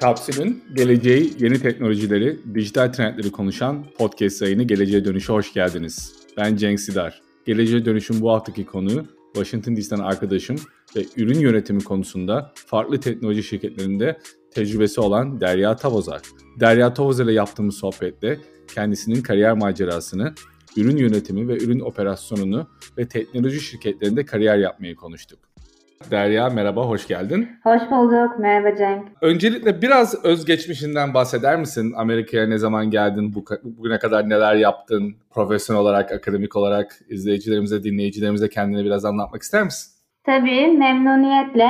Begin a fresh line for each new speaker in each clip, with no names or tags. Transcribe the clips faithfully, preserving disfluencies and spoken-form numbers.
Kapsül'ün geleceği, yeni teknolojileri, dijital trendleri konuşan podcast yayını Geleceğe Dönüş'e hoş geldiniz. Ben Cenk Sidar. Geleceğe Dönüş'ün bu haftaki konuğu Washington D C'den arkadaşım ve ürün yönetimi konusunda farklı teknoloji şirketlerinde tecrübesi olan Derya Tavozar. Derya Tavozar ile yaptığımız sohbette kendisinin kariyer macerasını, ürün yönetimi ve ürün operasyonunu ve teknoloji şirketlerinde kariyer yapmayı konuştuk. Derya merhaba, hoş geldin.
Hoş bulduk, merhaba Cenk.
Öncelikle biraz özgeçmişinden bahseder misin? Amerika'ya ne zaman geldin, bugüne kadar neler yaptın, profesyonel olarak, akademik olarak izleyicilerimize, dinleyicilerimize kendini biraz anlatmak ister misin?
Tabii, memnuniyetle.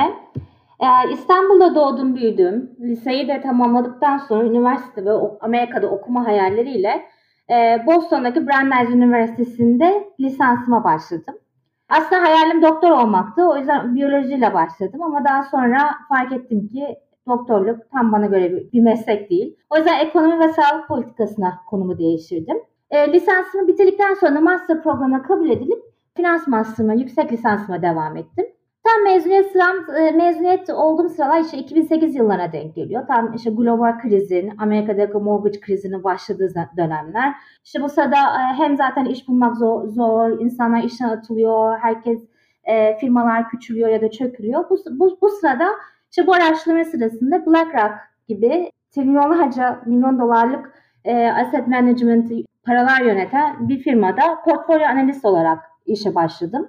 Ee, İstanbul'da doğdum, büyüdüm. Liseyi de tamamladıktan sonra üniversite ve Amerika'da okuma hayalleriyle e, Boston'daki Brandeis Üniversitesi'nde lisansıma başladım. Aslında hayalim doktor olmaktı. O yüzden biyolojiyle başladım ama daha sonra fark ettim ki doktorluk tam bana göre bir, bir meslek değil. O yüzden ekonomi ve sağlık politikasına konumu değiştirdim. E, lisansımı bitirdikten sonra master programa kabul edilip finans master'ıma, yüksek lisansıma devam ettim. Tam mezuniyet sıram, e, mezuniyet olduğum sıralar işte iki bin sekiz yıllarına denk geliyor. Tam işte global krizin, Amerika'daki mortgage krizinin başladığı dönemler. İşte bu sırada e, hem zaten iş bulmak zor, zor insanlar işten atılıyor, herkes e, firmalar küçülüyor ya da çökülüyor. Bu, bu, bu sırada işte bu araştırma sırasında BlackRock gibi trilyonlarca milyon dolarlık e, asset management paralar yöneten bir firmada portfolyo analist olarak işe başladım.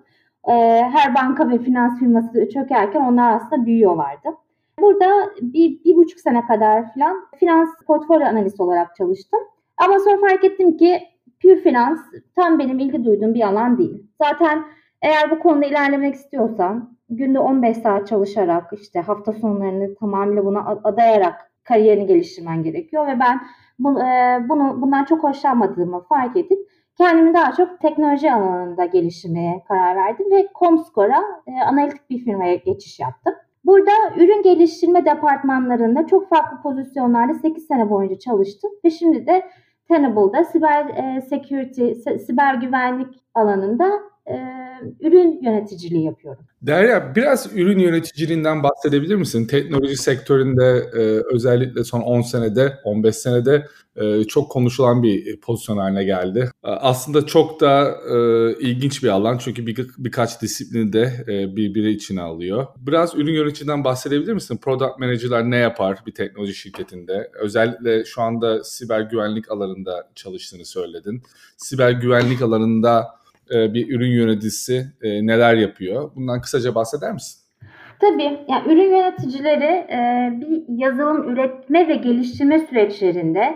Her banka ve finans firması çökerken onlar aslında büyüyorlardı. Burada bir, bir buçuk sene kadar falan finans portfolyo analisti olarak çalıştım. Ama sonra fark ettim ki pure finans tam benim ilgi duyduğum bir alan değil. Zaten eğer bu konuda ilerlemek istiyorsan günde on beş saat çalışarak işte hafta sonlarını tamamıyla buna adayarak kariyerini geliştirmen gerekiyor. Ve ben bunu, bunu bundan çok hoşlanmadığımı fark edip kendimi daha çok teknoloji alanında geliştirmeye karar verdim ve Comscore'a e, analitik bir firmaya geçiş yaptım. Burada ürün geliştirme departmanlarında çok farklı pozisyonlarda sekiz sene boyunca çalıştım ve şimdi de Tenable'da siber e, security, siber güvenlik alanında e, ürün yöneticiliği yapıyorum.
Derya, biraz ürün yöneticiliğinden bahsedebilir misin? Teknoloji sektöründe e, özellikle son on senede, on beş senede e, çok konuşulan bir pozisyon haline geldi. E, aslında çok da e, ilginç bir alan çünkü bir, birkaç disiplini de e, birbiri içine alıyor. Biraz ürün yöneticiden bahsedebilir misin? Product manager'lar ne yapar bir teknoloji şirketinde? Özellikle şu anda siber güvenlik alanında çalıştığını söyledin. Siber güvenlik alanında bir ürün yöneticisi neler yapıyor? Bundan kısaca bahseder misin?
Tabii. Yani ürün yöneticileri bir yazılım üretme ve geliştirme süreçlerinde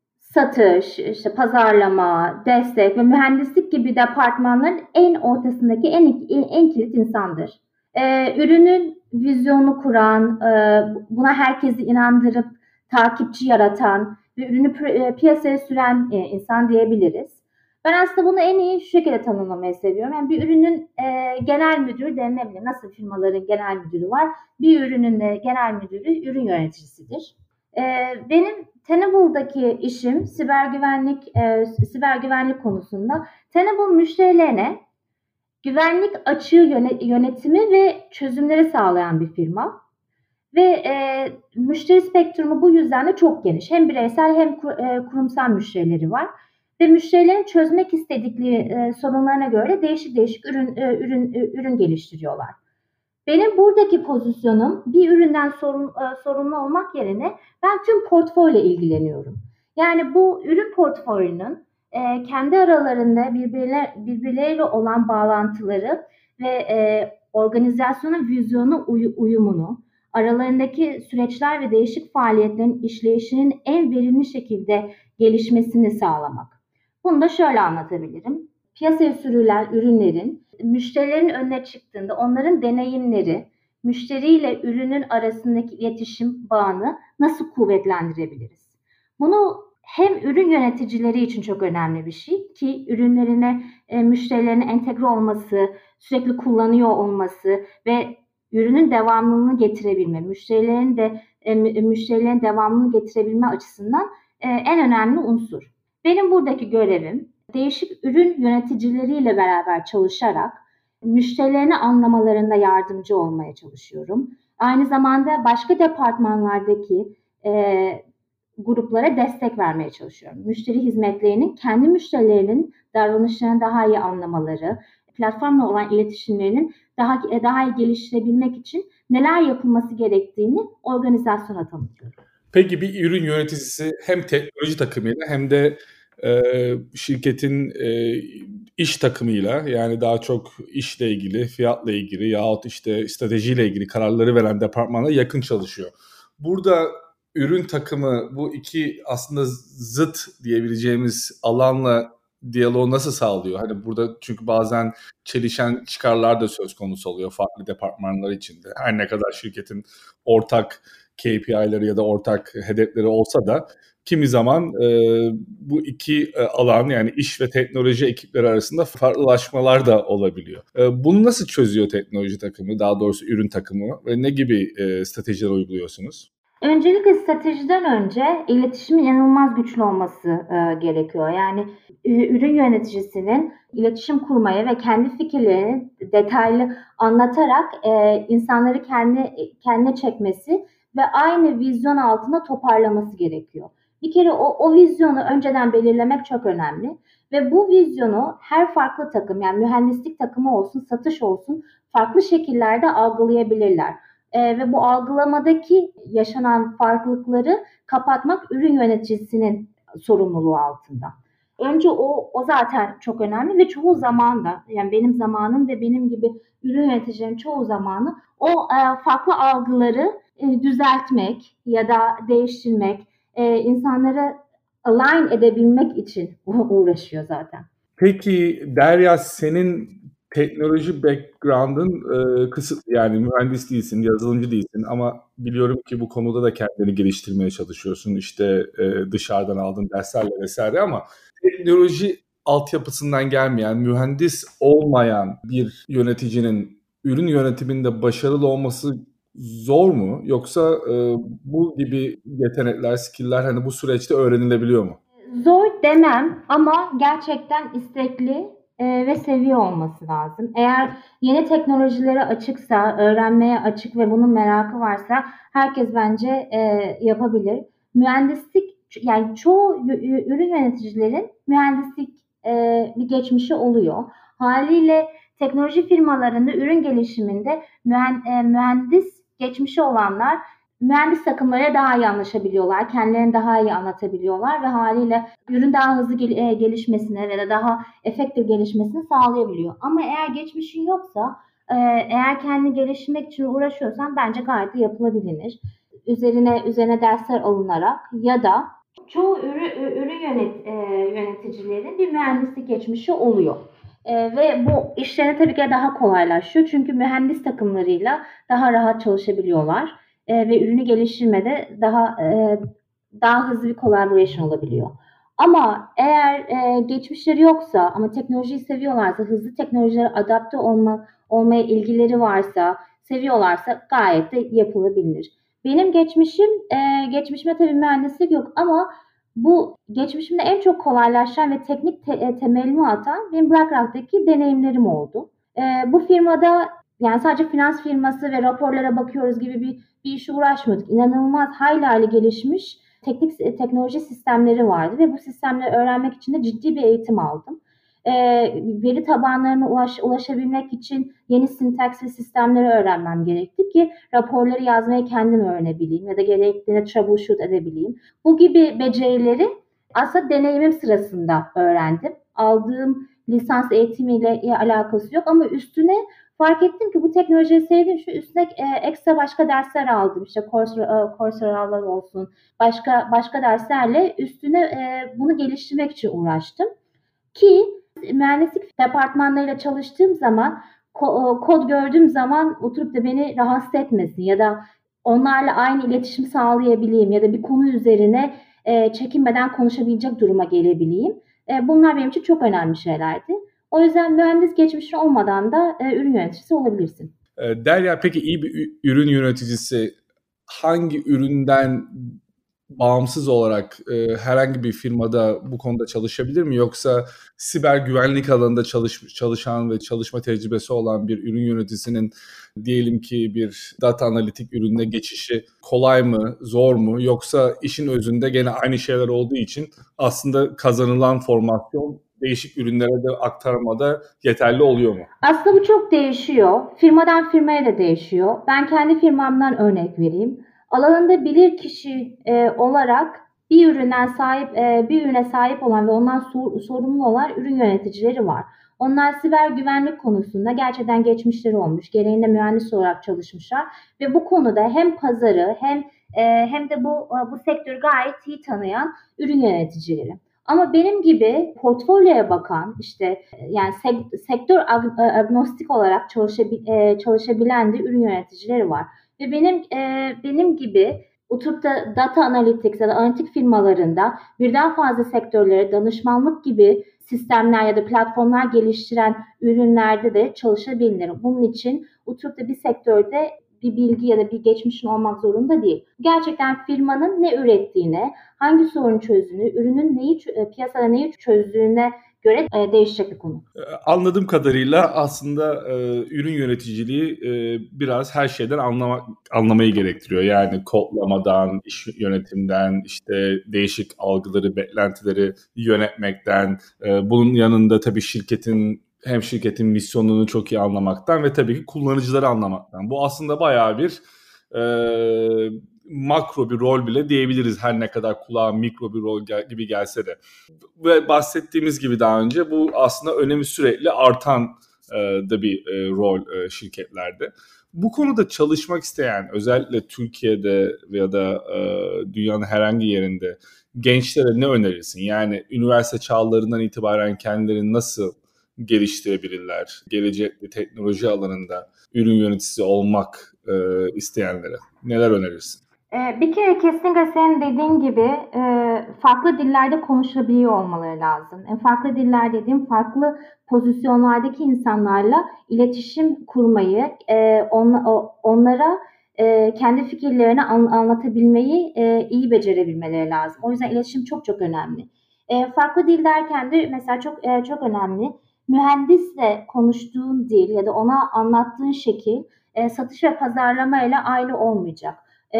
satış, işte pazarlama, destek ve mühendislik gibi departmanların en ortasındaki en, en, en kilit insandır. Ürünün vizyonu kuran, buna herkesi inandırıp takipçi yaratan ve ürünü piyasaya süren insan diyebiliriz. Ben aslında bunu en iyi şu şekilde tanımlamayı seviyorum. Yani bir ürünün e, genel müdürü denilebilir. Nasıl firmaların genel müdürü var? Bir ürünün de genel müdürü ürün yöneticisidir. E, benim Tenable'daki işim siber güvenlik e, siber güvenlik konusunda. Tenable müşterilerine güvenlik açığı yönetimi ve çözümleri sağlayan bir firma. Ve e, müşteri spektrumu bu yüzden de çok geniş. Hem bireysel hem e, kurumsal müşterileri var. Ve müşterilerin çözmek istedikleri e, sorunlarına göre değişik değişik ürün e, ürün e, ürün geliştiriyorlar. Benim buradaki pozisyonum bir üründen sorun, e, sorumlu olmak yerine ben tüm portföyle ilgileniyorum. Yani bu ürün portföyünün e, kendi aralarında birbirler, birbirleriyle olan bağlantıları ve e, organizasyonun vizyonu uy- uyumunu, aralarındaki süreçler ve değişik faaliyetlerin işleyişinin en verimli şekilde gelişmesini sağlamak. Bunu da şöyle anlatabilirim. Piyasaya sürülen ürünlerin müşterilerin önüne çıktığında onların deneyimleri, müşteriyle ürünün arasındaki iletişim bağını nasıl kuvvetlendirebiliriz? Bunu hem ürün yöneticileri için çok önemli bir şey ki ürünlerine, e, müşterilerine entegre olması, sürekli kullanıyor olması ve ürünün devamlılığını getirebilme, müşterilerin de e, müşterilerin devamlılığını getirebilme açısından e, en önemli unsur. Benim buradaki görevim değişik ürün yöneticileriyle beraber çalışarak müşterilerini anlamalarında yardımcı olmaya çalışıyorum. Aynı zamanda başka departmanlardaki e, gruplara destek vermeye çalışıyorum. Müşteri hizmetlerinin kendi müşterilerinin davranışlarını daha iyi anlamaları, platformla olan iletişimlerinin daha daha iyi geliştirebilmek için neler yapılması gerektiğini organizasyona tanıtıyorum.
Peki bir ürün yöneticisi hem teknoloji takımıyla hem de e, şirketin e, iş takımıyla, yani daha çok işle ilgili, fiyatla ilgili yahut işte stratejiyle ilgili kararları veren departmanla yakın çalışıyor. Burada ürün takımı bu iki aslında zıt diyebileceğimiz alanla diyaloğu nasıl sağlıyor? Hani burada çünkü bazen çelişen çıkarlar da söz konusu oluyor farklı departmanlar içinde. Her ne kadar şirketin ortak K P I'leri ya da ortak hedefleri olsa da kimi zaman e, bu iki e, alan, yani iş ve teknoloji ekipleri arasında farklılaşmalar da olabiliyor. E, bunu nasıl çözüyor teknoloji takımı, daha doğrusu ürün takımı ve ne gibi e, stratejiler uyguluyorsunuz?
Öncelikle stratejiden önce iletişimin inanılmaz güçlü olması e, gerekiyor. Yani e, ürün yöneticisinin iletişim kurmaya ve kendi fikirlerini detaylı anlatarak e, insanları kendi kendine çekmesi ve aynı vizyon altında toparlaması gerekiyor. Bir kere o, o vizyonu önceden belirlemek çok önemli ve bu vizyonu her farklı takım, yani mühendislik takımı olsun, satış olsun, farklı şekillerde algılayabilirler. E, ve bu algılamadaki yaşanan farklılıkları kapatmak ürün yöneticisinin sorumluluğu altında. Önce o, o zaten çok önemli ve çoğu zaman da, yani benim zamanım ve benim gibi ürün yöneticilerin çoğu zamanı o e, farklı algıları e, düzeltmek ya da değiştirmek, e, insanları align edebilmek için uğraşıyor zaten.
Peki Derya, senin teknoloji background'ın e, kısıtlı, yani mühendis değilsin, yazılımcı değilsin ama biliyorum ki bu konuda da kendini geliştirmeye çalışıyorsun. İşte e, dışarıdan aldığın derslerle vesaire, ama teknoloji altyapısından gelmeyen, mühendis olmayan bir yöneticinin ürün yönetiminde başarılı olması zor mu? Yoksa e, bu gibi yetenekler, skill'ler hani bu süreçte öğrenilebiliyor mu?
Zor demem ama gerçekten istekli e, ve seviyor olması lazım. Eğer yeni teknolojilere açıksa, öğrenmeye açık ve bunun merakı varsa herkes bence e, yapabilir. Mühendislik, yani çoğu ürün yöneticilerin mühendislik e, bir geçmişi oluyor. Haliyle teknoloji firmalarında ürün gelişiminde mühendis geçmişi olanlar mühendis takımlarıyla daha iyi anlaşabiliyorlar, kendilerini daha iyi anlatabiliyorlar ve haliyle ürün daha hızlı gel- gelişmesine ve de daha efektif gelişmesini sağlayabiliyor. Ama eğer geçmişin yoksa, e, eğer kendini geliştirmek için uğraşıyorsan bence gayet de yapılabilir. Üzerine üzerine dersler alınarak ya da çoğu ürün, ürün yönet, e, yöneticilerin bir mühendislik geçmişi oluyor. E, ve bu işlerini tabii ki daha kolaylaşıyor. Çünkü mühendis takımlarıyla daha rahat çalışabiliyorlar e, ve ürünü geliştirmede daha e, daha hızlı bir collaboration olabiliyor. Ama eğer e, geçmişleri yoksa ama teknolojiyi seviyorlarsa, hızlı teknolojilere adapte olma, olmaya ilgileri varsa, seviyorlarsa gayet de yapılabilir. Benim geçmişim, e, geçmişime tabii mühendislik yok ama bu geçmişimde en çok kolaylaşan ve teknik te- temelimi atan benim BlackRock'taki deneyimlerim oldu. E, bu firmada, yani sadece finans firması ve raporlara bakıyoruz gibi bir, bir işe uğraşmadık. İnanılmaz hayli hayli gelişmiş teknik teknoloji sistemleri vardı ve bu sistemleri öğrenmek için de ciddi bir eğitim aldım. E, veri tabanlarına ulaş, ulaşabilmek için yeni sintaks ve sistemleri öğrenmem gerekti ki raporları yazmayı kendim öğrenebileyim ya da gerektiğinde troubleshoot edebileyim. Bu gibi becerileri aslında deneyimim sırasında öğrendim. Aldığım lisans eğitimiyle alakası yok ama üstüne fark ettim ki bu teknolojiyi sevdiğim için üstüne e, ekstra başka dersler aldım. İşte Coursera, Coursera'lar olsun, başka başka derslerle üstüne e, bunu geliştirmek için uğraştım. Ki mühendislik departmanlarıyla çalıştığım zaman, kod gördüğüm zaman oturup da beni rahatsız etmesin ya da onlarla aynı iletişim sağlayabileyim ya da bir konu üzerine e, çekinmeden konuşabilecek duruma gelebileyim. E, bunlar benim için çok önemli şeylerdi. O yüzden mühendis geçmişi olmadan da e, ürün yöneticisi olabilirsin.
E, Derya, peki iyi bir ürün yöneticisi hangi üründen bağımsız olarak e, herhangi bir firmada bu konuda çalışabilir mi? Yoksa siber güvenlik alanında çalış, çalışan ve çalışma tecrübesi olan bir ürün yöneticisinin diyelim ki bir data analitik ürününe geçişi kolay mı, zor mu? Yoksa işin özünde gene aynı şeyler olduğu için aslında kazanılan formasyon değişik ürünlere de aktarmada yeterli oluyor mu?
Aslında bu çok değişiyor. Firmadan firmaya da değişiyor. Ben kendi firmamdan örnek vereyim. Alanında bilir kişi e, olarak bir üründen sahip, e, bir ürüne sahip olan ve ondan sor, sorumlu olan ürün yöneticileri var. Onlar siber güvenlik konusunda gerçekten geçmişleri olmuş. Gereğinde mühendis olarak çalışmışlar ve bu konuda hem pazarı hem e, hem de bu bu sektörü gayet iyi tanıyan ürün yöneticileri. Ama benim gibi portfolyoya bakan, işte yani sektör agnostik olarak çalışabil, çalışabilen de ürün yöneticileri var. Ve benim benim gibi oturup da data analytics ya da analitik firmalarında birden fazla sektörlere danışmanlık gibi sistemler ya da platformlar geliştiren ürünlerde de çalışabilirim. Bunun için oturup da bir sektörde bir bilgi ya da bir geçmişin olmak zorunda değil. Gerçekten firmanın ne ürettiğine, hangi sorunu çözdüğünü, ürünün neyi piyasada neyi çözdüğüne göre e, değişecek bir konu.
Anladığım kadarıyla aslında e, ürün yöneticiliği e, biraz her şeyden anlamak anlamayı gerektiriyor. Yani kodlamadan, iş yönetimden, işte değişik algıları, beklentileri yönetmekten, e, bunun yanında tabii şirketin hem şirketin misyonunu çok iyi anlamaktan ve tabii ki kullanıcıları anlamaktan. Bu aslında bayağı bir e, makro bir rol bile diyebiliriz, her ne kadar kulağa mikro bir rol gel- gibi gelse de. Ve bahsettiğimiz gibi daha önce bu aslında önemi sürekli artan e, da bir e, rol e, şirketlerde. Bu konuda çalışmak isteyen, özellikle Türkiye'de ya da e, dünyanın herhangi yerinde gençlere ne önerirsin? Yani üniversite çağlarından itibaren kendilerini nasıl geliştirebilirler? Gelecekte teknoloji alanında ürün yöneticisi olmak e, isteyenlere neler önerirsin?
Bir kere kesinlikle senin dediğin gibi farklı dillerde konuşabiliyor olmaları lazım. Farklı diller dediğim farklı pozisyonlardaki insanlarla iletişim kurmayı, onlara kendi fikirlerini anlatabilmeyi iyi becerebilmeleri lazım. O yüzden iletişim çok çok önemli. Farklı dil derken de mesela çok çok önemli. Mühendisle konuştuğun dil ya da ona anlattığın şekil satış ve pazarlama ile aynı olmayacak.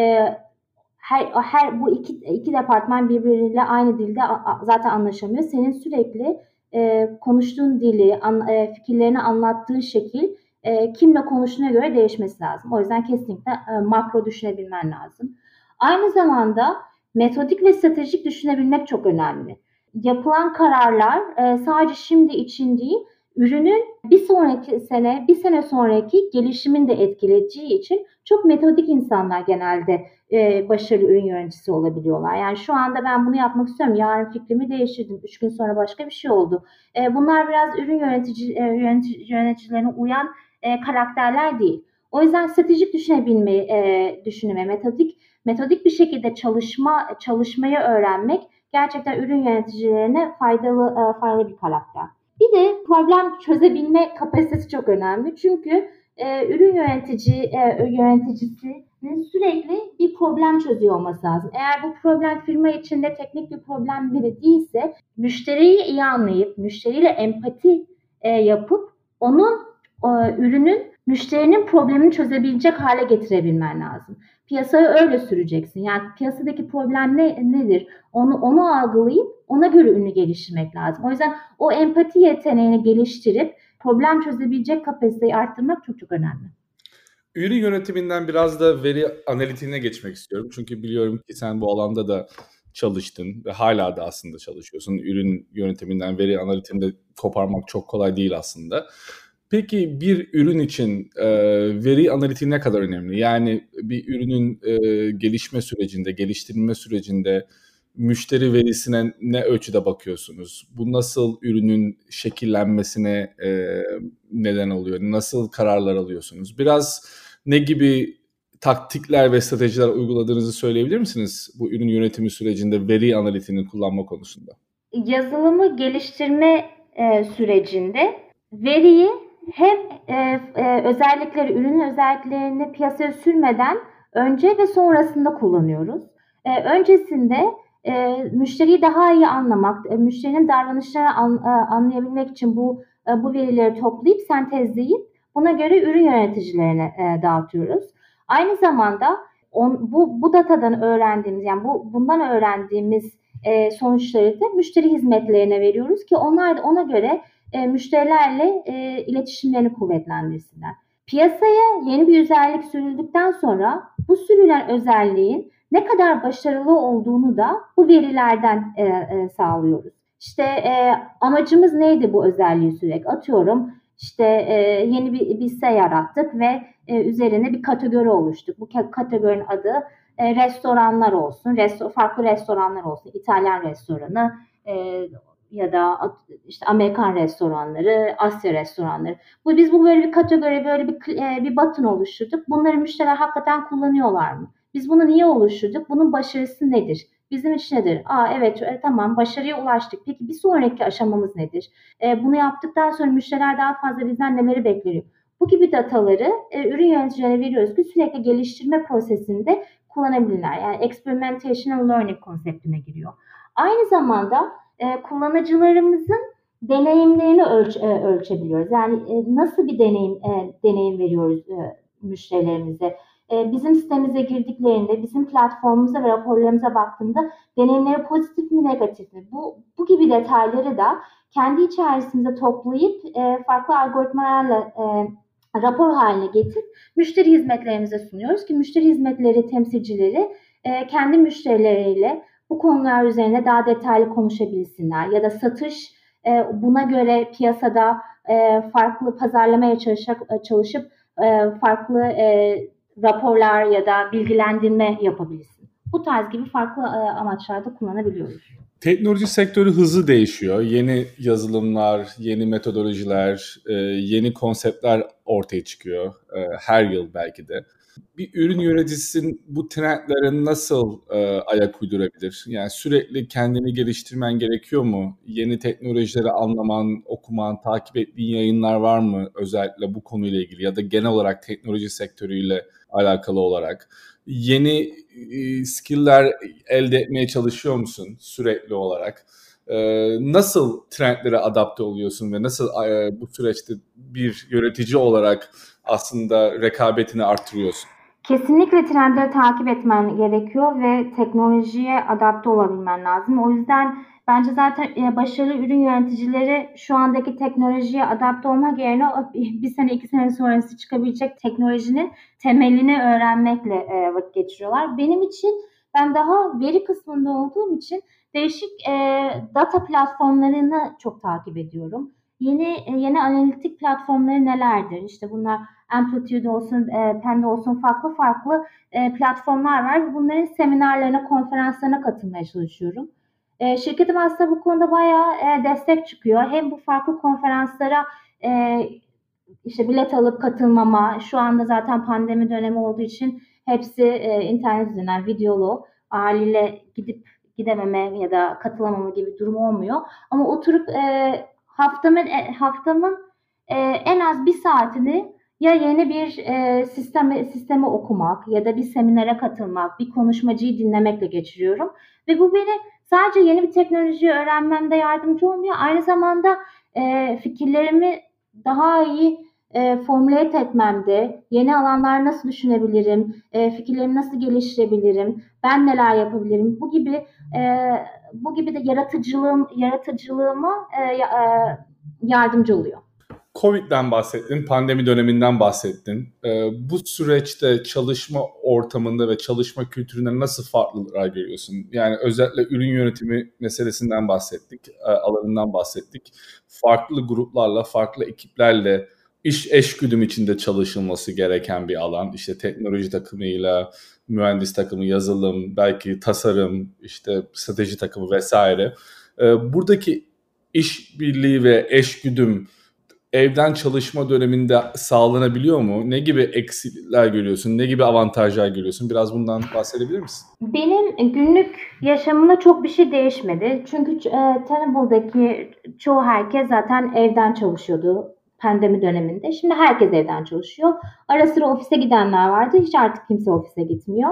Her, her bu iki iki departman birbiriyle aynı dilde zaten anlaşamıyor. Senin sürekli e, konuştuğun dili, an, e, fikirlerini anlattığın şekil e, kimle konuştuğuna göre değişmesi lazım. O yüzden kesinlikle e, makro düşünebilmen lazım. Aynı zamanda metodik ve stratejik düşünebilmek çok önemli. Yapılan kararlar e, sadece şimdi için değil, ürünün bir sonraki sene, bir sene sonraki gelişimin de etkileyeceği için çok metodik insanlar genelde e, başarılı ürün yöneticisi olabiliyorlar. Yani şu anda ben bunu yapmak istiyorum, yarın fikrimi değiştirdim, üç gün sonra başka bir şey oldu. E, bunlar biraz ürün yönetici, e, yönetici yöneticilerine uyan e, karakterler değil. O yüzden stratejik düşünebilmeyi, e, düşünme, metodik metodik bir şekilde çalışma çalışmayı öğrenmek gerçekten ürün yöneticilerine faydalı e, faydalı bir karakter. Bir de problem çözebilme kapasitesi çok önemli. Çünkü e, ürün yönetici e, yöneticisinin sürekli bir problem çözüyor olması lazım. Eğer bu problem firma içinde teknik bir problem bile değilse, müşteriyi iyi anlayıp, müşteriyle empati e, yapıp onun e, ürünün müşterinin problemini çözebilecek hale getirebilmen lazım. Piyasayı öyle süreceksin. Yani piyasadaki problem ne, nedir? Onu onu algılayıp ona göre ürünü geliştirmek lazım. O yüzden o empati yeteneğini geliştirip problem çözebilecek kapasiteyi arttırmak çok çok önemli.
Ürün yönetiminden biraz da veri analitiğine geçmek istiyorum. Çünkü biliyorum ki sen bu alanda da çalıştın ve hala da aslında çalışıyorsun. Ürün yönetiminden veri analitiğini koparmak çok kolay değil aslında. Peki bir ürün için e, veri analitiği ne kadar önemli? Yani bir ürünün e, gelişme sürecinde, geliştirilme sürecinde müşteri verisine ne ölçüde bakıyorsunuz? Bu nasıl ürünün şekillenmesine e, neden oluyor? Nasıl kararlar alıyorsunuz? Biraz ne gibi taktikler ve stratejiler uyguladığınızı söyleyebilir misiniz bu ürün yönetimi sürecinde veri analitiğini kullanma konusunda?
Yazılımı geliştirme e, sürecinde veriyi hem e, e, özellikleri, ürünün özelliklerini piyasaya sürmeden önce ve sonrasında kullanıyoruz. Eee, öncesinde eee, müşteriyi daha iyi anlamak, eee, müşterinin davranışlarını an, eee, anlayabilmek için bu eee, bu verileri toplayıp sentezleyip buna göre ürün yöneticilerine eee, dağıtıyoruz. Aynı zamanda on, bu bu datadan öğrendiğimiz yani bu bundan öğrendiğimiz eee, sonuçları da müşteri hizmetlerine veriyoruz ki onlar da ona göre eee, müşterilerle eee, iletişimlerini kuvvetlendirsinler. Piyasaya yeni bir özellik sürüldükten sonra bu sürülen özelliğin ne kadar başarılı olduğunu da bu verilerden e, e, sağlıyoruz. İşte e, amacımız neydi bu özelliği sürerek? Atıyorum işte e, yeni bir, bir site yarattık ve e, üzerine bir kategori oluştuk. Bu kategorinin adı e, restoranlar olsun, resto, farklı restoranlar olsun. İtalyan restoranı, e, ya da işte Amerikan restoranları, Asya restoranları. Bu biz bu böyle bir kategori, böyle bir bir button oluşturduk. Bunları müşteriler hakikaten kullanıyorlar mı? Biz bunu niye oluşturduk? Bunun başarısı nedir? Bizim için nedir? Aa evet, e, tamam, başarıya ulaştık. Peki bir sonraki aşamamız nedir? E, bunu yaptıktan sonra müşteriler daha fazla bizden neleri bekliyor? Bu gibi dataları e, ürün yöneticilerine veriyoruz ki sürekli geliştirme prosesinde kullanabilirler. Yani experimentation and learning konseptine giriyor. Aynı zamanda e, kullanıcılarımızın deneyimlerini ölç, e, ölçebiliyoruz. Yani e, nasıl bir deneyim e, deneyim veriyoruz e, müşterilerimize. E, bizim sitemize girdiklerinde, bizim platformumuza ve raporlarımıza baktığında deneyimleri pozitif mi, negatif mi? Bu, bu gibi detayları da kendi içerisinde toplayıp e, farklı algoritmalarla e, rapor haline getirip müşteri hizmetlerimize sunuyoruz ki müşteri hizmetleri temsilcileri e, kendi müşterileriyle bu konular üzerine daha detaylı konuşabilsinler ya da satış e, buna göre piyasada e, farklı pazarlamaya çalışacak, çalışıp e, farklı e, raporlar ya da bilgilendirme yapabilsin. Bu tarz gibi farklı e, amaçlarda kullanabiliyoruz.
Teknoloji sektörü hızlı değişiyor. Yeni yazılımlar, yeni metodolojiler, e, yeni konseptler ortaya çıkıyor. E, her yıl belki de. Bir ürün yöneticisinin bu trendlere nasıl e, ayak uydurabilir? Yani sürekli kendini geliştirmen gerekiyor mu? Yeni teknolojileri anlaman, okuman, takip ettiğin yayınlar var mı? Özellikle bu konuyla ilgili ya da genel olarak teknoloji sektörüyle alakalı olarak. Yeni e, skill'ler elde etmeye çalışıyor musun sürekli olarak? E, nasıl trendlere adapte oluyorsun ve nasıl e, bu süreçte bir yönetici olarak aslında rekabetini artırıyorsun?
Kesinlikle trendleri takip etmen gerekiyor ve teknolojiye adapte olabilmen lazım. O yüzden bence zaten başarılı ürün yöneticileri şu andaki teknolojiye adapte olmak yerine bir sene iki sene sonrası çıkabilecek teknolojinin temelini öğrenmekle vakit geçiriyorlar. Benim için ben daha veri kısmında olduğum için değişik data platformlarını çok takip ediyorum. Yeni yeni analitik platformları nelerdir? İşte bunlar Amplitude olsun, e, Panda olsun farklı farklı e, platformlar var. Bunların seminerlerine, konferanslarına katılmaya çalışıyorum. E, şirketim aslında bu konuda bayağı e, destek çıkıyor. Hem bu farklı konferanslara e, işte bilet alıp katılmama, şu anda zaten pandemi dönemi olduğu için hepsi e, internet üzerinden videolu, haliyle gidip gidememe ya da katılamama gibi durum olmuyor. Ama oturup e, haftamın e, haftamın e, en az bir saatini ya yeni bir e, sistemi sistemi okumak ya da bir seminere katılmak, bir konuşmacıyı dinlemekle geçiriyorum. Ve bu beni sadece yeni bir teknolojiyi öğrenmemde yardımcı olmuyor. Aynı zamanda e, fikirlerimi daha iyi e, formüle etmemde, yeni alanlar nasıl düşünebilirim, e, fikirlerimi nasıl geliştirebilirim, ben neler yapabilirim, bu gibi e, bu gibi de yaratıcılığım yaratıcılığıma e, e, yardımcı oluyor.
Covid'den bahsettin, pandemi döneminden bahsettin. Ee, bu süreçte çalışma ortamında ve çalışma kültüründe nasıl farklılıklar görüyorsun? Yani özellikle ürün yönetimi meselesinden bahsettik, alanından bahsettik. Farklı gruplarla, farklı ekiplerle iş eşgüdüm içinde çalışılması gereken bir alan. İşte teknoloji takımıyla, mühendis takımı, yazılım, belki tasarım, işte strateji takımı vesaire. Ee, buradaki işbirliği ve eşgüdüm evden çalışma döneminde sağlanabiliyor mu? Ne gibi eksiklikler görüyorsun? Ne gibi avantajlar görüyorsun? Biraz bundan bahsedebilir misin?
Benim günlük yaşamımda çok bir şey değişmedi. Çünkü e, Tenable'daki çoğu herkes zaten evden çalışıyordu pandemi döneminde. Şimdi herkes evden çalışıyor. Ara sıra ofise gidenler vardı. Hiç artık kimse ofise gitmiyor.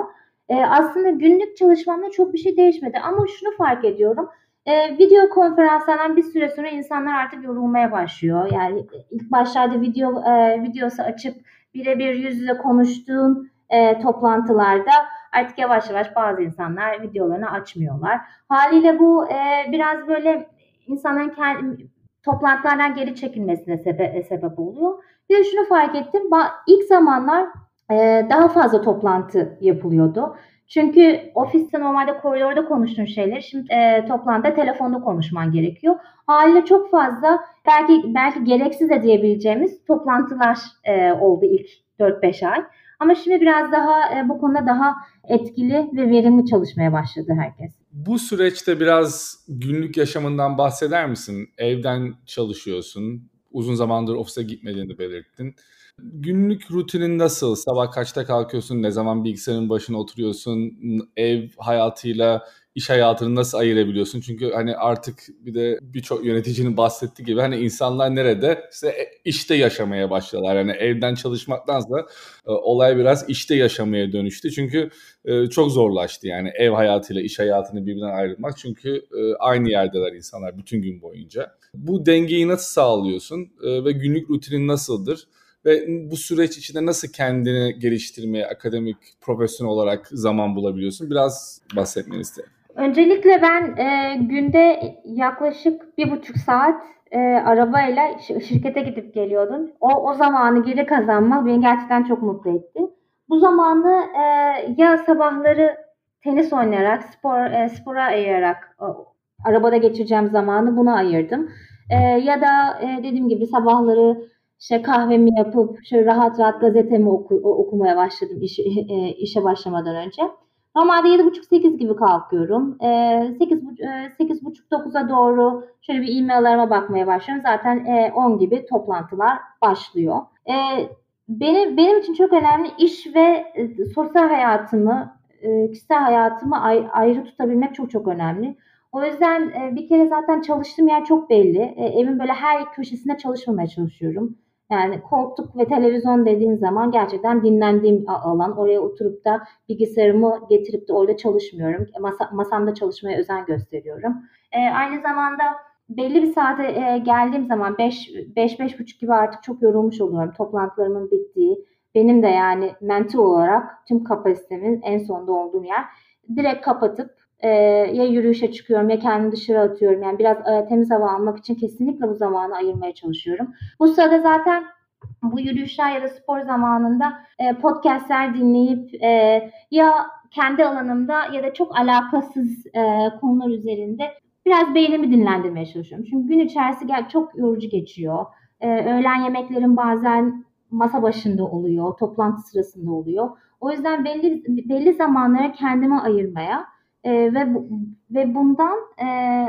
E, aslında günlük çalışmamda çok bir şey değişmedi ama şunu fark ediyorum. E, video konferanslardan bir süre sonra insanlar artık yorulmaya başlıyor. Yani ilk başlarda video e, videosu açıp birebir yüz yüze konuştuğun e, toplantılarda artık yavaş yavaş bazı insanlar videolarını açmıyorlar. Haliyle bu e, biraz böyle insanların kendi, toplantılardan geri çekilmesine sebe- sebep oluyor. Bir de şunu fark ettim. Ba- ilk zamanlar e, daha fazla toplantı yapılıyordu. Çünkü ofiste normalde koridorda konuştuğun şeyleri şimdi e, toplantıda telefonda konuşman gerekiyor. Haliyle çok fazla belki belki gereksiz de diyebileceğimiz toplantılar e, oldu ilk dört beş ay. Ama şimdi biraz daha e, bu konuda daha etkili ve verimli çalışmaya başladı herkes.
Bu süreçte biraz günlük yaşamından bahseder misin? Evden çalışıyorsun. Uzun zamandır ofise gitmediğini belirttin. Günlük rutinin nasıl? Sabah kaçta kalkıyorsun? Ne zaman bilgisayarın başına oturuyorsun? Ev hayatıyla iş hayatını nasıl ayırabiliyorsun? Çünkü hani artık bir de birçok yöneticinin bahsettiği gibi hani insanlar nerede? İşte işte yaşamaya başladılar. Yani evden çalışmaktansa e, olay biraz işte yaşamaya dönüştü. Çünkü e, çok zorlaştı yani ev hayatıyla iş hayatını birbirinden ayrılmak. Çünkü e, aynı yerdeler insanlar bütün gün boyunca. Bu dengeyi nasıl sağlıyorsun e, ve günlük rutinin nasıldır? Ve bu süreç içinde nasıl kendini geliştirmeye, akademik, profesyonel olarak zaman bulabiliyorsun? Biraz bahsetmeni isterim.
Öncelikle ben e, günde yaklaşık bir buçuk saat e, arabayla ş- şirkete gidip geliyordum. O, o zamanı geri kazanmak beni gerçekten çok mutlu etti. Bu zamanı e, ya sabahları tenis oynayarak, spor e, spora ayırarak o, arabada geçireceğim zamanı buna ayırdım. E, ya da e, dediğim gibi sabahları işte kahvemi yapıp şöyle rahat rahat gazetemi oku, okumaya başladım iş, e, işe başlamadan önce. Normalde yedi buçuk sekiz gibi kalkıyorum. Ee, sekiz buçuk dokuza doğru şöyle bir e-maillerime bakmaya başlıyorum. Zaten e, on gibi toplantılar başlıyor. E, benim, benim için çok önemli iş ve e, sosyal hayatımı, e, kişisel hayatımı ay, ayrı tutabilmek çok çok önemli. O yüzden e, bir kere zaten çalıştığım yer çok belli. E, evin böyle her köşesinde çalışmamaya çalışıyorum. Yani koltuk ve televizyon dediğin zaman gerçekten dinlendiğim alan. Oraya oturup da bilgisayarımı getirip de orada çalışmıyorum. Masa, masamda çalışmaya özen gösteriyorum. E, aynı zamanda belli bir saate e, geldiğim zaman beş beş buçuk gibi artık çok yorulmuş oluyorum. Toplantılarımın bittiği, benim de yani mental olarak tüm kapasitemin en sonunda olduğum yer. Direkt kapatıp e, ya yürüyüşe çıkıyorum ya kendimi dışarı atıyorum. Yani biraz e, temiz hava almak için kesinlikle bu zamanı ayırmaya çalışıyorum. Bu sırada zaten bu yürüyüşler ya da spor zamanında e, podcastler dinleyip e, ya kendi alanımda ya da çok alakasız e, konular üzerinde biraz beynimi dinlendirmeye çalışıyorum. Çünkü gün içerisinde çok yorucu geçiyor. E, öğlen yemeklerim bazen masa başında oluyor, toplantı sırasında oluyor. O yüzden belli belli zamanlara kendime ayırmaya e, ve bu, ve bundan e,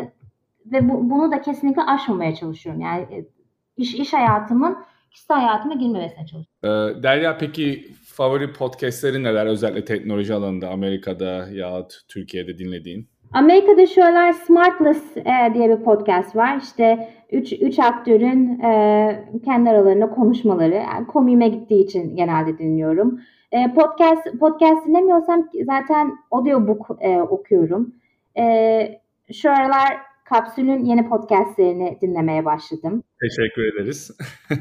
ve bu, bunu da kesinlikle aşmamaya çalışıyorum. Yani e, iş iş hayatımın kişisel hayatıma girmemesine çalışıyorum.
Ee, Derya peki favori podcastleri neler? Özellikle teknoloji alanında Amerika'da ya Türkiye'de dinlediğin?
Amerika'da şu aralar Smartless e, diye bir podcast var. İşte üç, üç aktörün e, kendi aralarında konuşmaları. Yani komiğime gittiği için genelde dinliyorum. E, podcast podcast dinlemiyorsam zaten audiobook e, okuyorum. E, şu aralar Kapsül'ün yeni podcastlerini dinlemeye başladım.
Teşekkür ederiz.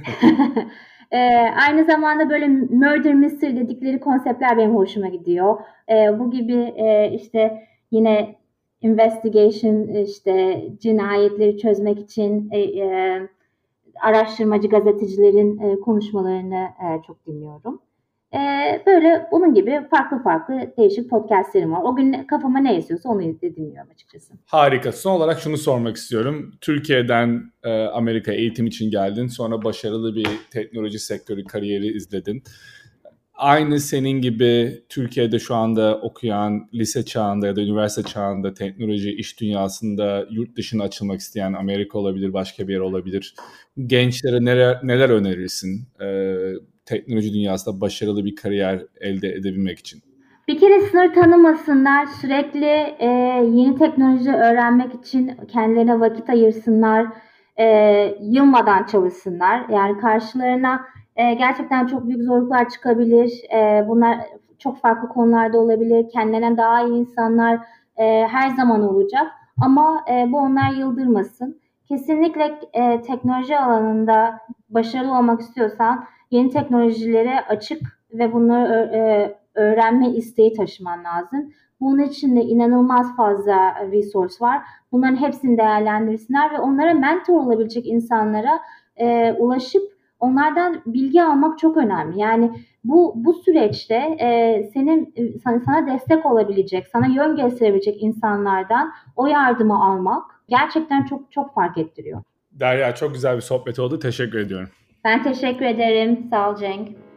e, aynı zamanda böyle murder mystery dedikleri konseptler benim hoşuma gidiyor. E, bu gibi e, işte yine investigation işte cinayetleri çözmek için e, e, araştırmacı gazetecilerin e, konuşmalarını e, çok dinliyorum. E, böyle bunun gibi farklı farklı değişik podcastlerim var. O gün kafama ne esiyorsa onu dinliyorum açıkçası.
Harika. Son olarak şunu sormak istiyorum. Türkiye'den e, Amerika'ya eğitim için geldin. Sonra başarılı bir teknoloji sektörü kariyeri izledin. Aynı senin gibi Türkiye'de şu anda okuyan, lise çağında ya da üniversite çağında teknoloji iş dünyasında yurt dışına açılmak isteyen Amerika olabilir, başka bir yer olabilir. Gençlere neler, neler önerirsin e, teknoloji dünyasında başarılı bir kariyer elde edebilmek için?
Bir kere sınır tanımasınlar, sürekli e, yeni teknoloji öğrenmek için kendilerine vakit ayırsınlar, e, yılmadan çalışsınlar. Yani karşılarına e, gerçekten çok büyük zorluklar çıkabilir. E, bunlar çok farklı konularda olabilir. Kendilerine daha iyi insanlar e, her zaman olacak. Ama e, bu onları yıldırmasın. Kesinlikle e, teknoloji alanında başarılı olmak istiyorsan yeni teknolojilere açık ve bunları e, öğrenme isteği taşıman lazım. Bunun için de inanılmaz fazla resource var. Bunların hepsini değerlendirsinler ve onlara mentor olabilecek insanlara e, ulaşıp onlardan bilgi almak çok önemli. Yani bu bu süreçte e, senin sana, sana destek olabilecek, sana yön gösterebilecek insanlardan o yardımı almak gerçekten çok çok fark ettiriyor.
Derya, çok güzel bir sohbet oldu. Teşekkür ediyorum.
Ben teşekkür ederim. Sağ ol Cenk.